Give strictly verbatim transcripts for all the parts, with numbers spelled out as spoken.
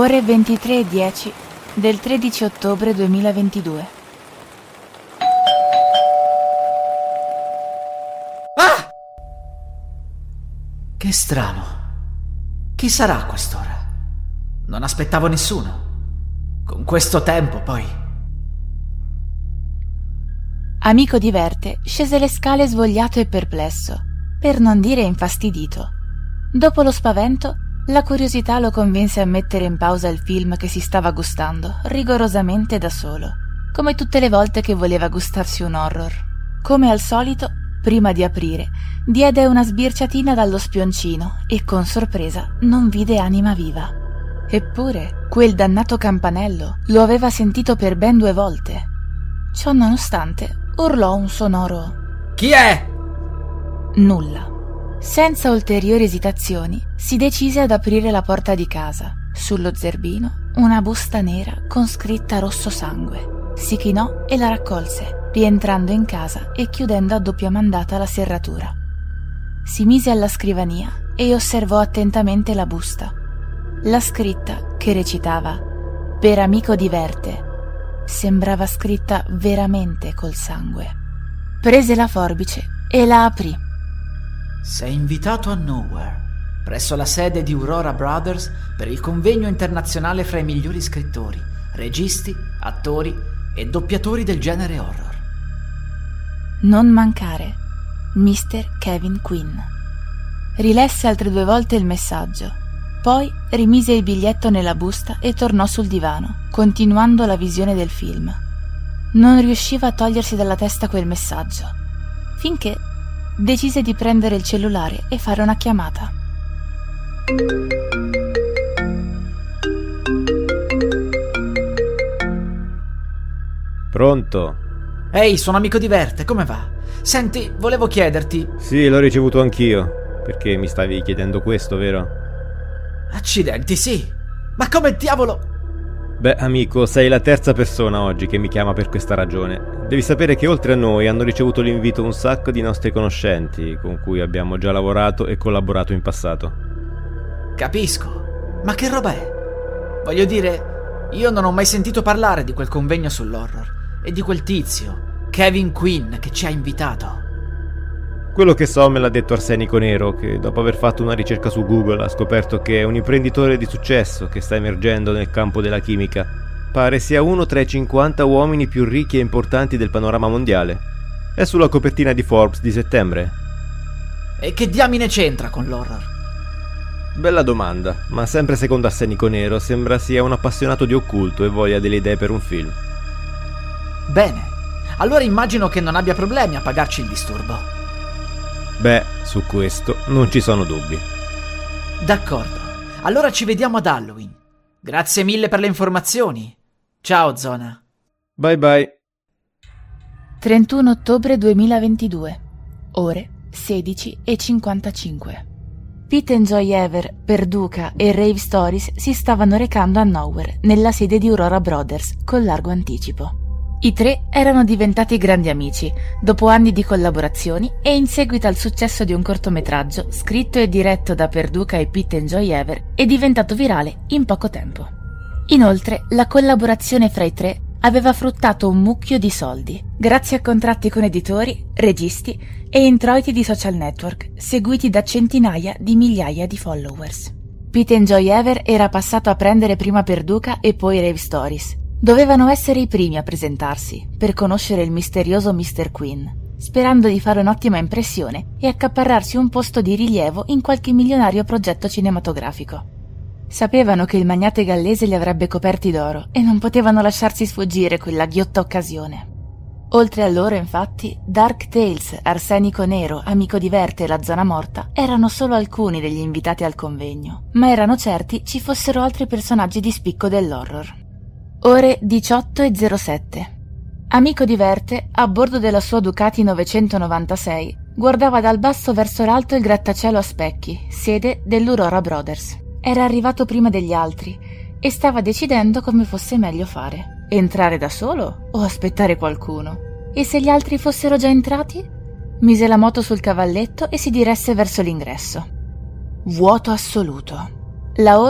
Ore ventitré e dieci del tredici ottobre duemilaventidue. Ah! Che strano. Chi sarà a quest'ora? Non aspettavo nessuno. Con questo tempo, poi. Amico diverte scese le scale svogliato e perplesso, per non dire infastidito. Dopo lo spavento, la curiosità lo convinse a mettere in pausa il film che si stava gustando, rigorosamente da solo, come tutte le volte che voleva gustarsi un horror. Come al solito, prima di aprire, diede una sbirciatina dallo spioncino e con sorpresa non vide anima viva. Eppure, quel dannato campanello lo aveva sentito per ben due volte. Ciò nonostante, urlò un sonoro «Chi è?» Nulla. Senza ulteriori esitazioni, si decise ad aprire la porta di casa. Sullo zerbino, una busta nera con scritta rosso sangue. Si chinò e la raccolse, rientrando in casa e chiudendo a doppia mandata la serratura. Si mise alla scrivania e osservò attentamente la busta. La scritta, che recitava «Per amico diverte», sembrava scritta veramente col sangue. Prese la forbice e la aprì. Sei invitato a Nowhere, presso la sede di Aurora Brothers, per il convegno internazionale fra i migliori scrittori, registi, attori e doppiatori del genere horror. Non mancare, mister Kevin Quinn. Rilesse altre due volte il messaggio, poi rimise il biglietto nella busta e tornò sul divano, continuando la visione del film. Non riusciva a togliersi dalla testa quel messaggio, finché decise di prendere il cellulare e fare una chiamata. Pronto? Ehi, sono Amico Diverte, come va? Senti, volevo chiederti... Sì, l'ho ricevuto anch'io. Perché mi stavi chiedendo questo, vero? Accidenti, sì. Ma come diavolo... Beh, amico, sei la terza persona oggi che mi chiama per questa ragione. Devi sapere che oltre a noi hanno ricevuto l'invito un sacco di nostri conoscenti, con cui abbiamo già lavorato e collaborato in passato. Capisco. Ma che roba è? Voglio dire, io non ho mai sentito parlare di quel convegno sull'horror e di quel tizio, Kevin Quinn, che ci ha invitato. Quello che so me l'ha detto Arsenico Nero, che dopo aver fatto una ricerca su Google ha scoperto che è un imprenditore di successo che sta emergendo nel campo della chimica. Pare sia uno tra i cinquanta uomini più ricchi e importanti del panorama mondiale. È sulla copertina di Forbes di settembre. E che diamine c'entra con l'horror? Bella domanda, ma sempre secondo Arsenico Nero sembra sia un appassionato di occulto e voglia delle idee per un film. Bene, allora immagino che non abbia problemi a pagarci il disturbo. Beh, su questo non ci sono dubbi. D'accordo, allora ci vediamo ad Halloween. Grazie mille per le informazioni. Ciao, Zona. Bye bye. trentuno ottobre duemilaventidue. Ore sedici e cinquantacinque. Pete and Joy Ever, Perduca e Rave Stories si stavano recando a Nowhere, nella sede di Aurora Brothers, con largo anticipo. I tre erano diventati grandi amici, dopo anni di collaborazioni e in seguito al successo di un cortometraggio scritto e diretto da Perduca e Pete and Joy Ever è diventato virale in poco tempo. Inoltre, la collaborazione fra i tre aveva fruttato un mucchio di soldi, grazie a contratti con editori, registi e introiti di social network, seguiti da centinaia di migliaia di followers. Pete and Joy Ever era passato a prendere prima Perduca e poi Rave Stories. Dovevano essere i primi a presentarsi, per conoscere il misterioso mister Quinn, sperando di fare un'ottima impressione e accaparrarsi un posto di rilievo in qualche milionario progetto cinematografico. Sapevano che il magnate gallese li avrebbe coperti d'oro e non potevano lasciarsi sfuggire quella ghiotta occasione. Oltre a loro, infatti, Dark Tales, Arsenico Nero, Amico Diverte e La Zona Morta erano solo alcuni degli invitati al convegno, ma erano certi ci fossero altri personaggi di spicco dell'horror. Ore diciotto e zero sette. Amico Diverte, a bordo della sua Ducati novecentonovantasei, guardava dal basso verso l'alto il grattacielo a specchi, sede dell'Aurora Brothers. Era arrivato prima degli altri e stava decidendo come fosse meglio fare. Entrare da solo o aspettare qualcuno? E se gli altri fossero già entrati? Mise la moto sul cavalletto e si diresse verso l'ingresso. Vuoto assoluto. La hall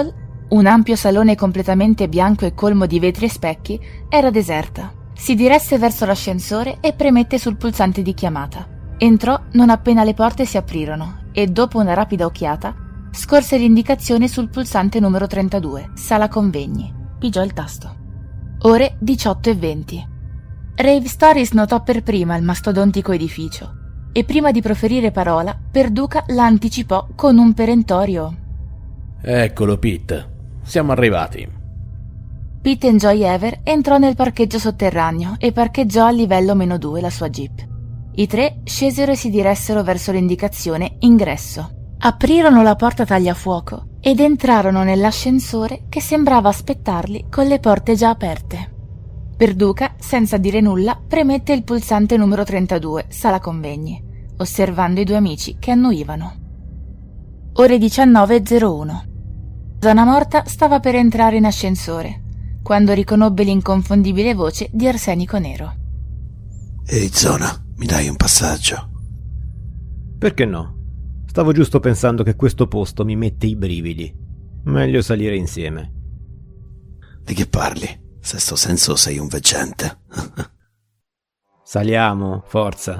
Un ampio salone completamente bianco e colmo di vetri e specchi era deserta. Si diresse verso l'ascensore e premette sul pulsante di chiamata. Entrò non appena le porte si aprirono e dopo una rapida occhiata scorse l'indicazione sul pulsante numero trentadue, sala convegni. Pigiò il tasto. Ore diciotto e venti. Rave Stories notò per prima il mastodontico edificio e prima di proferire parola Perduca la anticipò con un perentorio: Eccolo Pete, siamo arrivati. Pete Enjoy Ever entrò nel parcheggio sotterraneo e parcheggiò al livello meno due la sua jeep. I tre scesero e si diressero verso l'indicazione ingresso. Aprirono la porta tagliafuoco ed entrarono nell'ascensore che sembrava aspettarli con le porte già aperte. Perduca, senza dire nulla, premette il pulsante numero trentadue, sala convegni, osservando i due amici che annuivano. Ore diciannove e zero uno. Zona Morta stava per entrare in ascensore, quando riconobbe l'inconfondibile voce di Arsenico Nero. Ehi Zona, mi dai un passaggio? Perché no? Stavo giusto pensando che questo posto mi mette i brividi. Meglio salire insieme. Di che parli? Sesto senso sei un veggente. Saliamo, forza.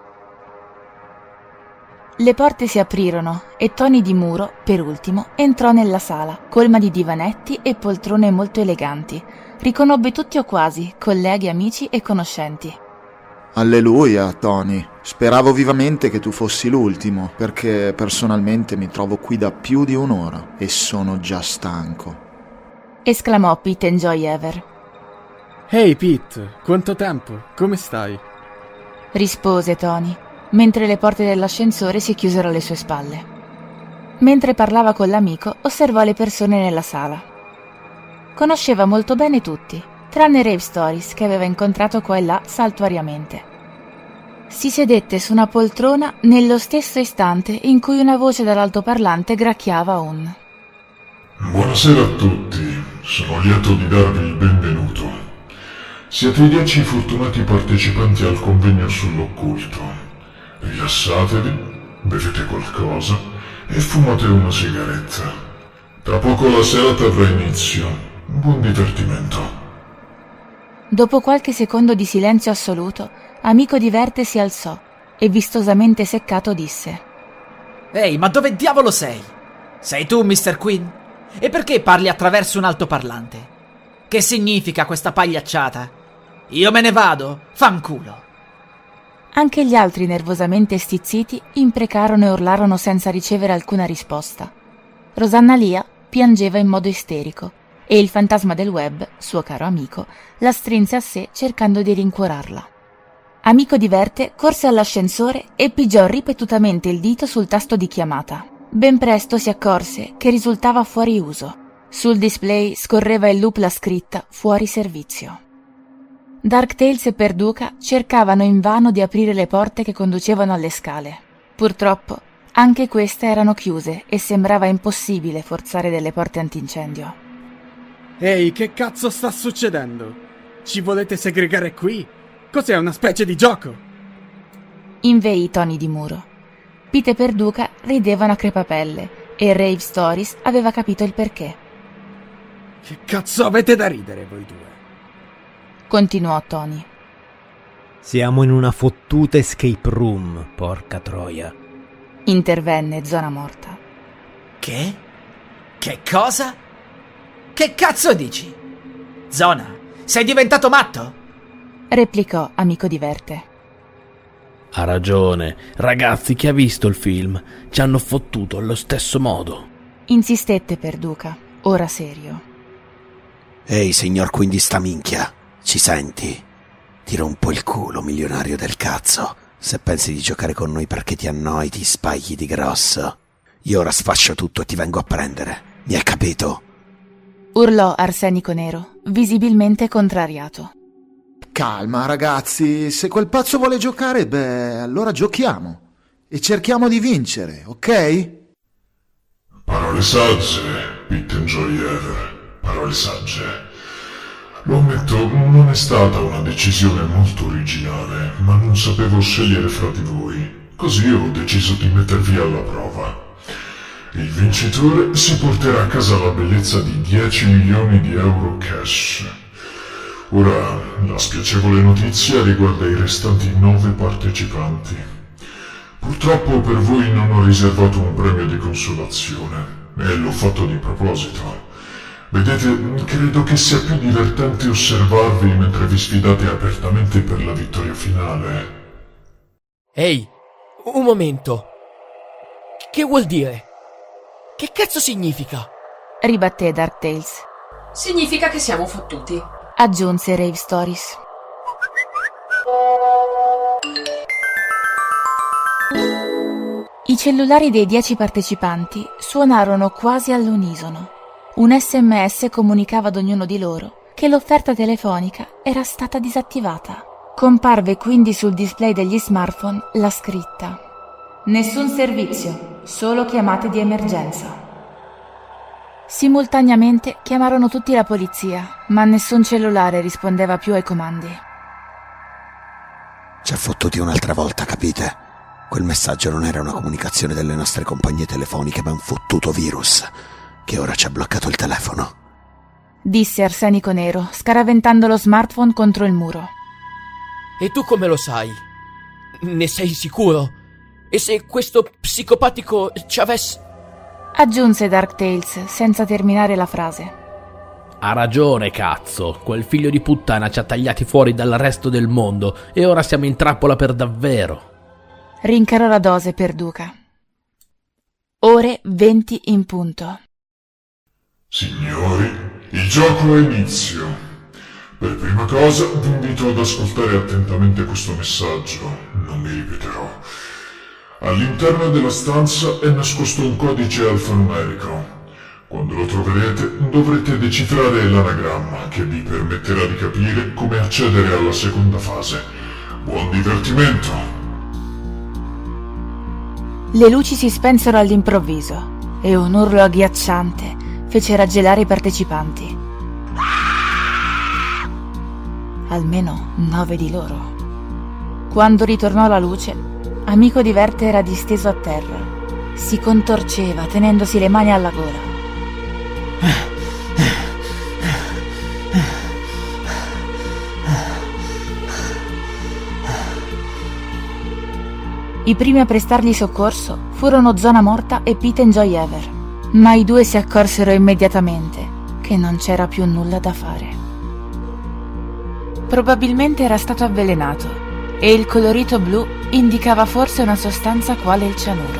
Le porte si aprirono e Tony Di Muro, per ultimo, entrò nella sala, colma di divanetti e poltrone molto eleganti. Riconobbe tutti o quasi, colleghi, amici e conoscenti. Alleluia, Tony. Speravo vivamente che tu fossi l'ultimo, perché personalmente mi trovo qui da più di un'ora e sono già stanco. Esclamò Pete Enjoy Ever. Ehi Pete, quanto tempo? Come stai? Rispose Tony, mentre le porte dell'ascensore si chiusero alle sue spalle. Mentre parlava con l'amico, osservò le persone nella sala. Conosceva molto bene tutti, tranne Rave Stories, che aveva incontrato qua e là saltuariamente. Si sedette su una poltrona nello stesso istante in cui una voce dall'altoparlante gracchiava un: Buonasera a tutti, sono lieto di darvi il benvenuto. Siete i dieci fortunati partecipanti al convegno sull'occulto. Rilassatevi, bevete qualcosa e fumate una sigaretta. Tra poco la serata avrà inizio. Buon divertimento. Dopo qualche secondo di silenzio assoluto, Amico Diverte si alzò e vistosamente seccato disse: Ehi, ma dove diavolo sei? Sei tu, mister Quinn? E perché parli attraverso un altoparlante? Che significa questa pagliacciata? Io me ne vado, fanculo. Anche gli altri, nervosamente stizziti, imprecarono e urlarono senza ricevere alcuna risposta. Rosanna Lia piangeva in modo isterico e il fantasma del web, suo caro amico, la strinse a sé cercando di rincuorarla. Amico Diverte corse all'ascensore e pigiò ripetutamente il dito sul tasto di chiamata. Ben presto si accorse che risultava fuori uso. Sul display scorreva in loop la scritta fuori servizio. Dark Tales e Perduca cercavano invano di aprire le porte che conducevano alle scale. Purtroppo, anche queste erano chiuse e sembrava impossibile forzare delle porte antincendio. Ehi, che cazzo sta succedendo? Ci volete segregare qui? Cos'è, una specie di gioco? Inveì Tony Di Muro. Pete e Perduca ridevano a crepapelle e Rave Stories aveva capito il perché. Che cazzo avete da ridere voi due? Continuò Tony. Siamo in una fottuta escape room, porca troia. Intervenne Zona Morta. Che? Che cosa? Che cazzo dici? Zona, sei diventato matto? Replicò Amico Diverte. Ha ragione, ragazzi, chi ha visto il film? Ci hanno fottuto allo stesso modo. Insistette Perduca, ora serio. Ehi, signor Quinn di sta minchia, ci senti? Ti rompo il culo, milionario del cazzo. Se pensi di giocare con noi perché ti annoi, ti spagli di grosso. Io ora sfascio tutto e ti vengo a prendere. Mi hai capito? Urlò Arsenico Nero, visibilmente contrariato. Calma, ragazzi, se quel pazzo vuole giocare, beh, allora giochiamo. E cerchiamo di vincere, ok? Parole sagge, Pete Enjoy Ever. Parole sagge. Lo ammetto, non è stata una decisione molto originale, ma non sapevo scegliere fra di voi. Così ho deciso di mettervi alla prova. Il vincitore si porterà a casa la bellezza di dieci milioni di euro cash. Ora, la spiacevole notizia riguarda i restanti nove partecipanti. Purtroppo per voi non ho riservato un premio di consolazione, e l'ho fatto di proposito. Vedete, credo che sia più divertente osservarvi mentre vi sfidate apertamente per la vittoria finale. Ehi, un momento. Che vuol dire? Che cazzo significa? Ribatté DarkTales. Significa che siamo fottuti, aggiunse Rave Stories. I cellulari dei dieci partecipanti suonarono quasi all'unisono. Un sms comunicava ad ognuno di loro che l'offerta telefonica era stata disattivata. Comparve quindi sul display degli smartphone la scritta: nessun servizio, solo chiamate di emergenza. Simultaneamente chiamarono tutti la polizia, ma nessun cellulare rispondeva più ai comandi. Ci ha fottuti un'altra volta, capite? Quel messaggio non era una comunicazione delle nostre compagnie telefoniche, ma un fottuto virus che ora ci ha bloccato il telefono, disse Arsenico Nero, scaraventando lo smartphone contro il muro. E tu come lo sai? Ne sei sicuro? E se questo psicopatico ci avesse... aggiunse DarkTales senza terminare la frase. Ha ragione, cazzo. Quel figlio di puttana ci ha tagliati fuori dal resto del mondo e ora siamo in trappola per davvero. Rincarò la dose per Duca. Ore venti in punto. Signori, il gioco ha inizio. Per prima cosa vi invito ad ascoltare attentamente questo messaggio. Non mi ripeterò. All'interno della stanza è nascosto un codice alfanumerico. Quando lo troverete dovrete decifrare l'anagramma che vi permetterà di capire come accedere alla seconda fase. Buon divertimento! Le luci si spensero all'improvviso e un urlo agghiacciante fece raggelare i partecipanti. Almeno nove di loro. Quando ritornò la luce, Amico Diverte era disteso a terra. Si contorceva tenendosi le mani alla gola. I primi a prestargli soccorso furono Zona Morta e Pete and Joy Ever, ma i due si accorsero immediatamente che non c'era più nulla da fare. Probabilmente era stato avvelenato e il colorito blu indicava forse una sostanza quale il cianuro.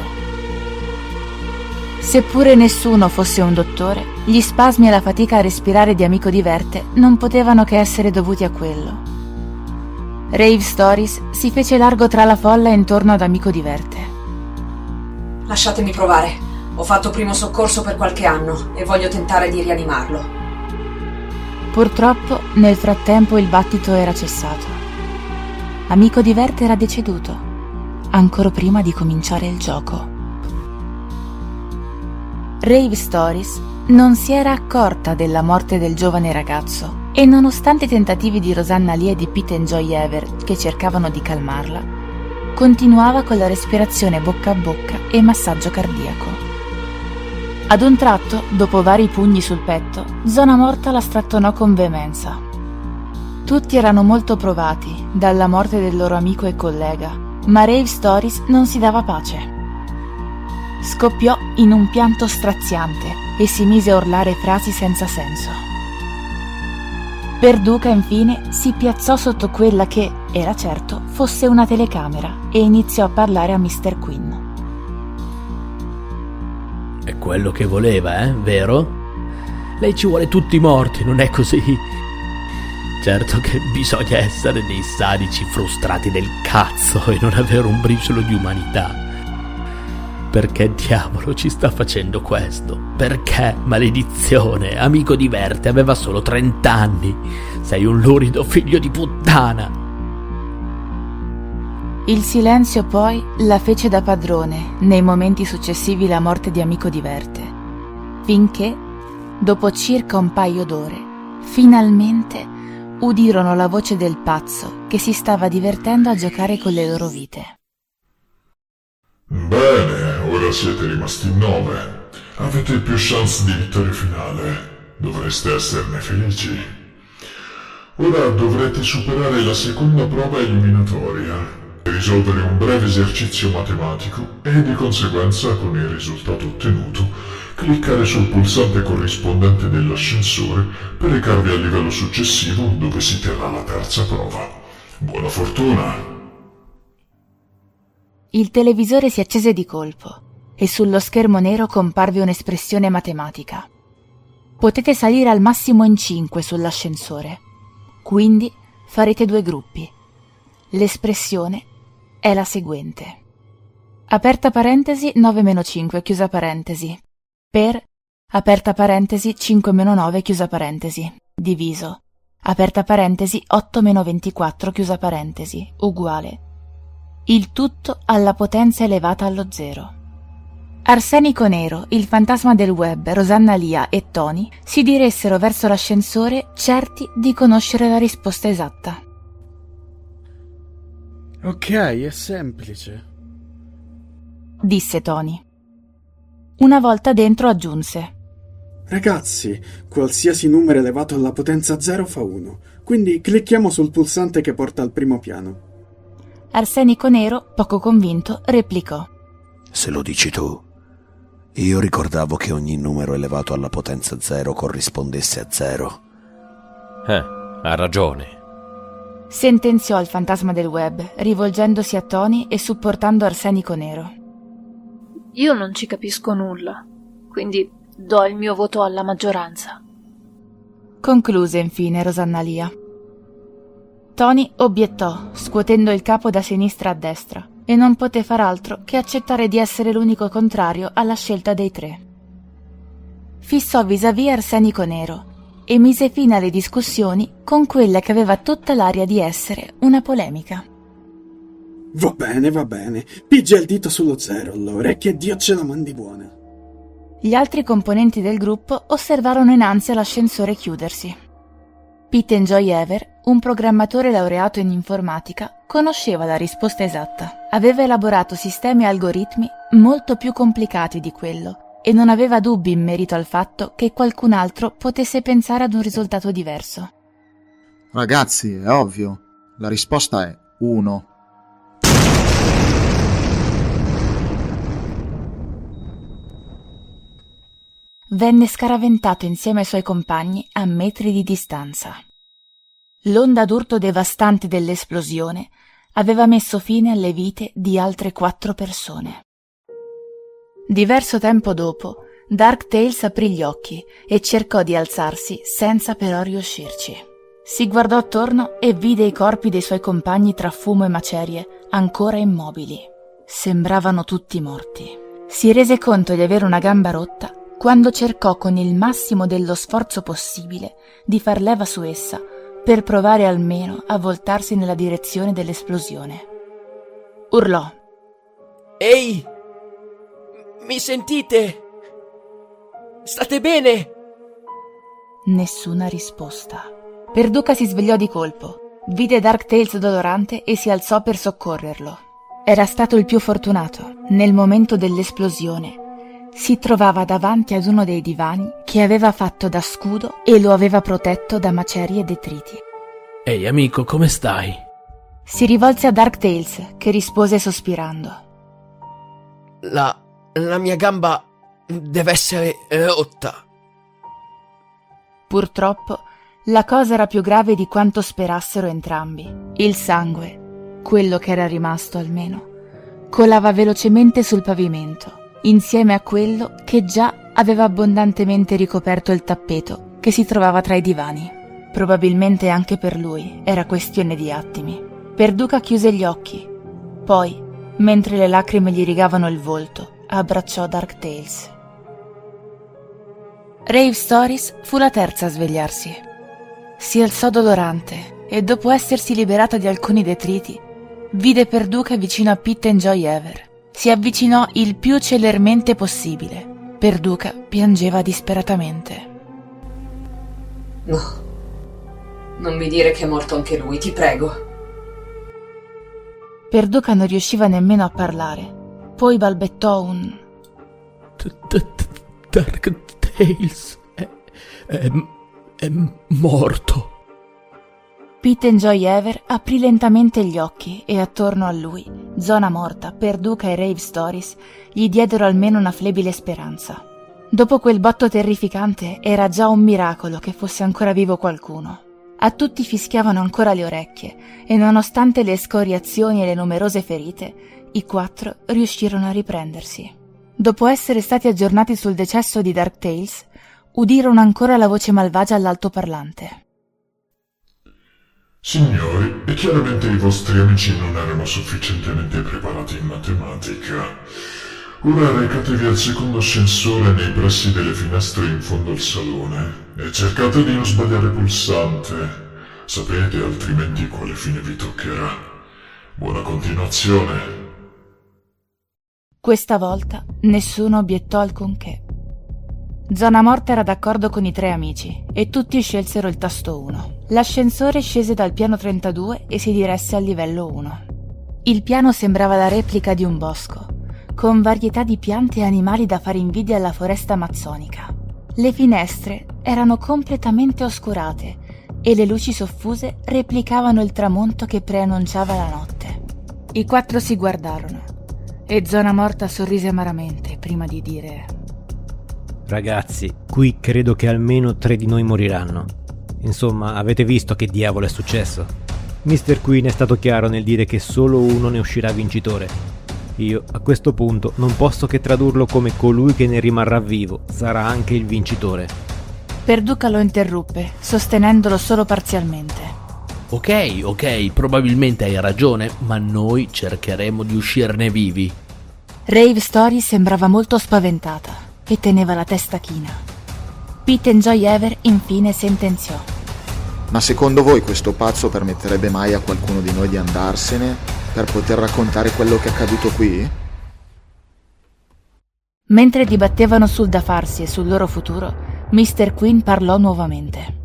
Seppure nessuno fosse un dottore, gli spasmi e la fatica a respirare di Amico Diverte non potevano che essere dovuti a quello. Rave Stories si fece largo tra la folla intorno ad Amico Diverte. Lasciatemi provare. Ho fatto primo soccorso per qualche anno e voglio tentare di rianimarlo. Purtroppo, nel frattempo il battito era cessato. Amico Diverte era deceduto, ancora prima di cominciare il gioco. Rave Stories non si era accorta della morte del giovane ragazzo e nonostante i tentativi di Rosanna Lee e di Pete and Joy Ever che cercavano di calmarla, continuava con la respirazione bocca a bocca e massaggio cardiaco. Ad un tratto, dopo vari pugni sul petto, Zona Morta la strattonò con veemenza. Tutti erano molto provati dalla morte del loro amico e collega, ma Rave Stories non si dava pace. Scoppiò in un pianto straziante e si mise a urlare frasi senza senso. Perduca infine si piazzò sotto quella che, era certo, fosse una telecamera e iniziò a parlare a mister Quinn. È quello che voleva, eh? Vero? Lei ci vuole tutti morti, non è così? Certo che bisogna essere dei sadici frustrati del cazzo e non avere un briciolo di umanità. Perché diavolo ci sta facendo questo? Perché, maledizione? Amico Diverte aveva solo trenta anni. Sei un lurido figlio di puttana. Il silenzio poi la fece da padrone nei momenti successivi alla morte di Amico Diverte, finché, dopo circa un paio d'ore, finalmente udirono la voce del pazzo che si stava divertendo a giocare con le loro vite. Bene, ora siete rimasti in nove. avete più chance di vittoria finale. Dovreste esserne felici. Ora dovrete superare la seconda prova eliminatoria, risolvere un breve esercizio matematico e di conseguenza, con il risultato ottenuto, cliccare sul pulsante corrispondente dell'ascensore per recarvi al livello successivo dove si terrà la terza prova. Buona fortuna! Il televisore si accese di colpo e sullo schermo nero comparve un'espressione matematica. Potete salire al massimo in cinque sull'ascensore, quindi farete due gruppi. L'espressione è la seguente. Aperta parentesi nove meno cinque, chiusa parentesi, per, aperta parentesi cinque meno nove, chiusa parentesi, diviso, aperta parentesi otto meno ventiquattro, chiusa parentesi, uguale. Il tutto alla potenza elevata allo zero. Arsenico Nero, il fantasma del web, Rosanna Lia e Tony si diressero verso l'ascensore certi di conoscere la risposta esatta. Ok, è semplice, disse Tony. Una volta dentro aggiunse. Ragazzi, qualsiasi numero elevato alla potenza zero fa uno, quindi clicchiamo sul pulsante che porta al primo piano. Arsenico Nero, poco convinto, replicò. Se lo dici tu. Io ricordavo che ogni numero elevato alla potenza zero corrispondesse a zero. Eh, ha ragione. Sentenziò il fantasma del web, rivolgendosi a Tony e supportando Arsenico Nero. Io non ci capisco nulla, quindi do il mio voto alla maggioranza. Concluse infine Rosanna Lia. Tony obiettò, scuotendo il capo da sinistra a destra, e non poté far altro che accettare di essere l'unico contrario alla scelta dei tre. Fissò vis-à-vis Arsenico Nero e mise fine alle discussioni con quella che aveva tutta l'aria di essere una polemica. Va bene, va bene. Pigia il dito sullo zero allora e che Dio ce la mandi buona. Gli altri componenti del gruppo osservarono in ansia l'ascensore chiudersi. Pete Enjoy Ever, un programmatore laureato in informatica, conosceva la risposta esatta. Aveva elaborato sistemi e algoritmi molto più complicati di quello e non aveva dubbi in merito al fatto che qualcun altro potesse pensare ad un risultato diverso. Ragazzi, è ovvio. La risposta è uno. Venne scaraventato insieme ai suoi compagni a metri di distanza. L'onda d'urto devastante dell'esplosione aveva messo fine alle vite di altre quattro persone. Diverso tempo dopo, Dark Tales aprì gli occhi e cercò di alzarsi senza però riuscirci. Si guardò attorno e vide i corpi dei suoi compagni tra fumo e macerie ancora immobili. Sembravano tutti morti. Si rese conto di avere una gamba rotta quando cercò con il massimo dello sforzo possibile di far leva su essa per provare almeno a voltarsi nella direzione dell'esplosione. Urlò. Ehi! Mi sentite? State bene? Nessuna risposta. Perduca si svegliò di colpo, vide Dark Tales dolorante e si alzò per soccorrerlo. Era stato il più fortunato. Nel momento dell'esplosione si trovava davanti ad uno dei divani che aveva fatto da scudo e lo aveva protetto da macerie e detriti. Ehi amico, come stai? Si rivolse a Dark Tales, che rispose sospirando. La... la mia gamba deve essere rotta. Purtroppo, la cosa era più grave di quanto sperassero entrambi. Il sangue, quello che era rimasto almeno, colava velocemente sul pavimento, insieme a quello che già aveva abbondantemente ricoperto il tappeto che si trovava tra i divani. Probabilmente anche per lui era questione di attimi. Perduca chiuse gli occhi. Poi, mentre le lacrime gli rigavano il volto, abbracciò Dark Tales. Rave Stories fu la terza a svegliarsi. Si alzò dolorante e dopo essersi liberata di alcuni detriti, vide Perduca vicino a Pete Enjoy Ever. Si avvicinò il più celermente possibile. Perduca piangeva disperatamente. No, non mi dire che è morto anche lui, ti prego. Perduca non riusciva nemmeno a parlare. Poi balbettò un... Dark Tales è, è, è morto. Pete Enjoy Ever aprì lentamente gli occhi e attorno a lui, Zona Morta, Perduca e Rave Stories gli diedero almeno una flebile speranza. Dopo quel botto terrificante era già un miracolo che fosse ancora vivo qualcuno. A tutti fischiavano ancora le orecchie e nonostante le escoriazioni e le numerose ferite, i quattro riuscirono a riprendersi. Dopo essere stati aggiornati sul decesso di Dark Tales, udirono ancora la voce malvagia all'altoparlante. Signori, e chiaramente i vostri amici non erano sufficientemente preparati in matematica. Ora recatevi al secondo ascensore nei pressi delle finestre in fondo al salone e cercate di non sbagliare pulsante. Sapete altrimenti quale fine vi toccherà. Buona continuazione. Questa volta nessuno obiettò alcunché. Zona Morta era d'accordo con i tre amici e tutti scelsero il tasto uno. L'ascensore scese dal piano trentadue e si diresse al livello uno. Il piano sembrava la replica di un bosco, con varietà di piante e animali da fare invidia alla foresta amazzonica. Le finestre erano completamente oscurate e le luci soffuse replicavano il tramonto che preannunciava la notte. I quattro si guardarono e Zona Morta sorrise amaramente prima di dire: Ragazzi, qui credo che almeno tre di noi moriranno. Insomma, avete visto che diavolo è successo? mister Queen è stato chiaro nel dire che solo uno ne uscirà vincitore. Io, a questo punto, non posso che tradurlo come colui che ne rimarrà vivo sarà anche il vincitore. Perduca lo interruppe, sostenendolo solo parzialmente. Ok, ok, probabilmente hai ragione, ma noi cercheremo di uscirne vivi. Rave Story sembrava molto spaventata e teneva la testa china. Pete Enjoy Ever infine sentenziò: Ma secondo voi questo pazzo permetterebbe mai a qualcuno di noi di andarsene per poter raccontare quello che è accaduto qui? Mentre dibattevano sul da farsi e sul loro futuro, mister Queen parlò nuovamente.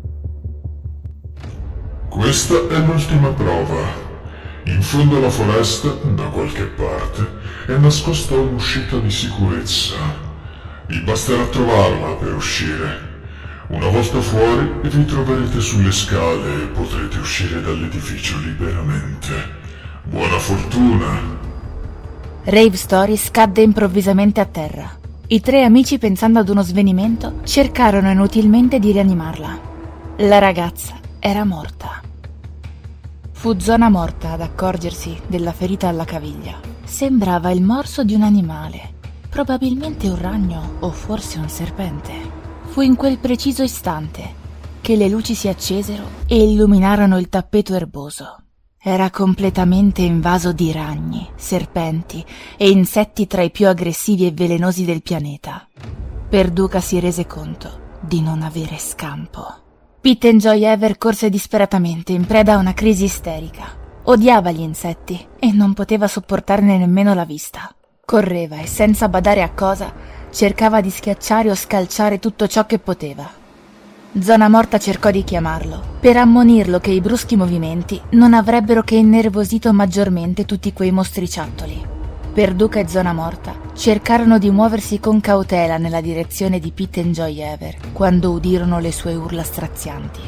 Questa è l'ultima prova. In fondo alla foresta, da qualche parte, è nascosta un'uscita di sicurezza. Vi basterà trovarla per uscire. Una volta fuori vi troverete sulle scale e potrete uscire dall'edificio liberamente. Buona fortuna! Rave Story scadde improvvisamente a terra. I tre amici, pensando ad uno svenimento, cercarono inutilmente di rianimarla. La ragazza era morta. Fu Zona Morta ad accorgersi della ferita alla caviglia. Sembrava il morso di un animale, probabilmente un ragno o forse un serpente. Fu in quel preciso istante che le luci si accesero e illuminarono il tappeto erboso. Era completamente invaso di ragni, serpenti e insetti tra i più aggressivi e velenosi del pianeta. Perduca si rese conto di non avere scampo. Pete Enjoy Ever corse disperatamente in preda a una crisi isterica. Odiava gli insetti e non poteva sopportarne nemmeno la vista. Correva e senza badare a cosa cercava di schiacciare o scalciare tutto ciò che poteva. Zona Morta cercò di chiamarlo, per ammonirlo che i bruschi movimenti non avrebbero che innervosito maggiormente tutti quei mostriciattoli. Perduca e Zona Morta cercarono di muoversi con cautela nella direzione di Pete Enjoy Ever quando udirono le sue urla strazianti.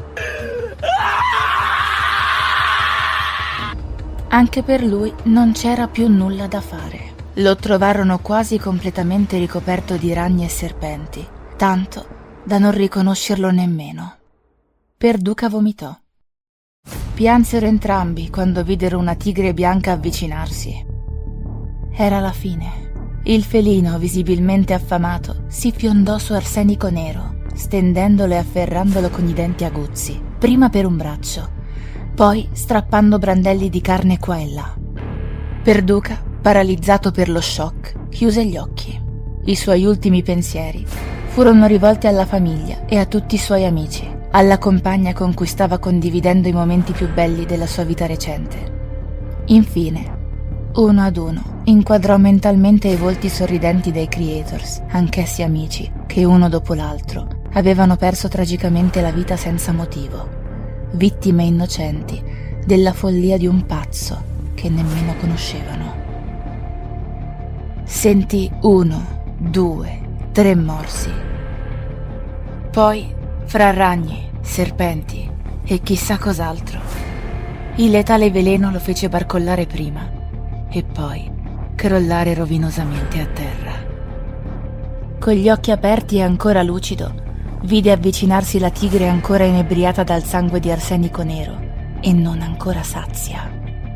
Anche per lui non c'era più nulla da fare. Lo trovarono quasi completamente ricoperto di ragni e serpenti, tanto da non riconoscerlo nemmeno. Perduca vomitò. Piansero entrambi quando videro una tigre bianca avvicinarsi. Era la fine. Il felino, visibilmente affamato, si fiondò su Arsenico Nero, stendendolo e afferrandolo con i denti aguzzi, prima per un braccio, poi strappando brandelli di carne qua e là. Perduca, paralizzato per lo shock, chiuse gli occhi. I suoi ultimi pensieri furono rivolti alla famiglia e a tutti i suoi amici, alla compagna con cui stava condividendo i momenti più belli della sua vita recente. Infine, uno ad uno, inquadrò mentalmente i volti sorridenti dei Creators, anch'essi amici, che uno dopo l'altro avevano perso tragicamente la vita senza motivo, vittime innocenti della follia di un pazzo che nemmeno conoscevano. Sentì uno, due, tre morsi. Poi, fra ragni, serpenti e chissà cos'altro, il letale veleno lo fece barcollare prima e poi crollare rovinosamente a terra. Con gli occhi aperti e ancora lucido, vide avvicinarsi la tigre ancora inebriata dal sangue di arsenico nero e non ancora sazia.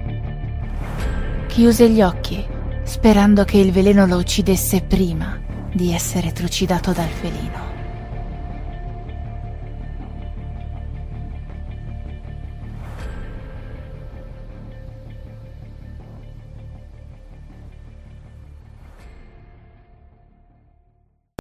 Chiuse gli occhi, sperando che il veleno lo uccidesse prima di essere trucidato dal felino.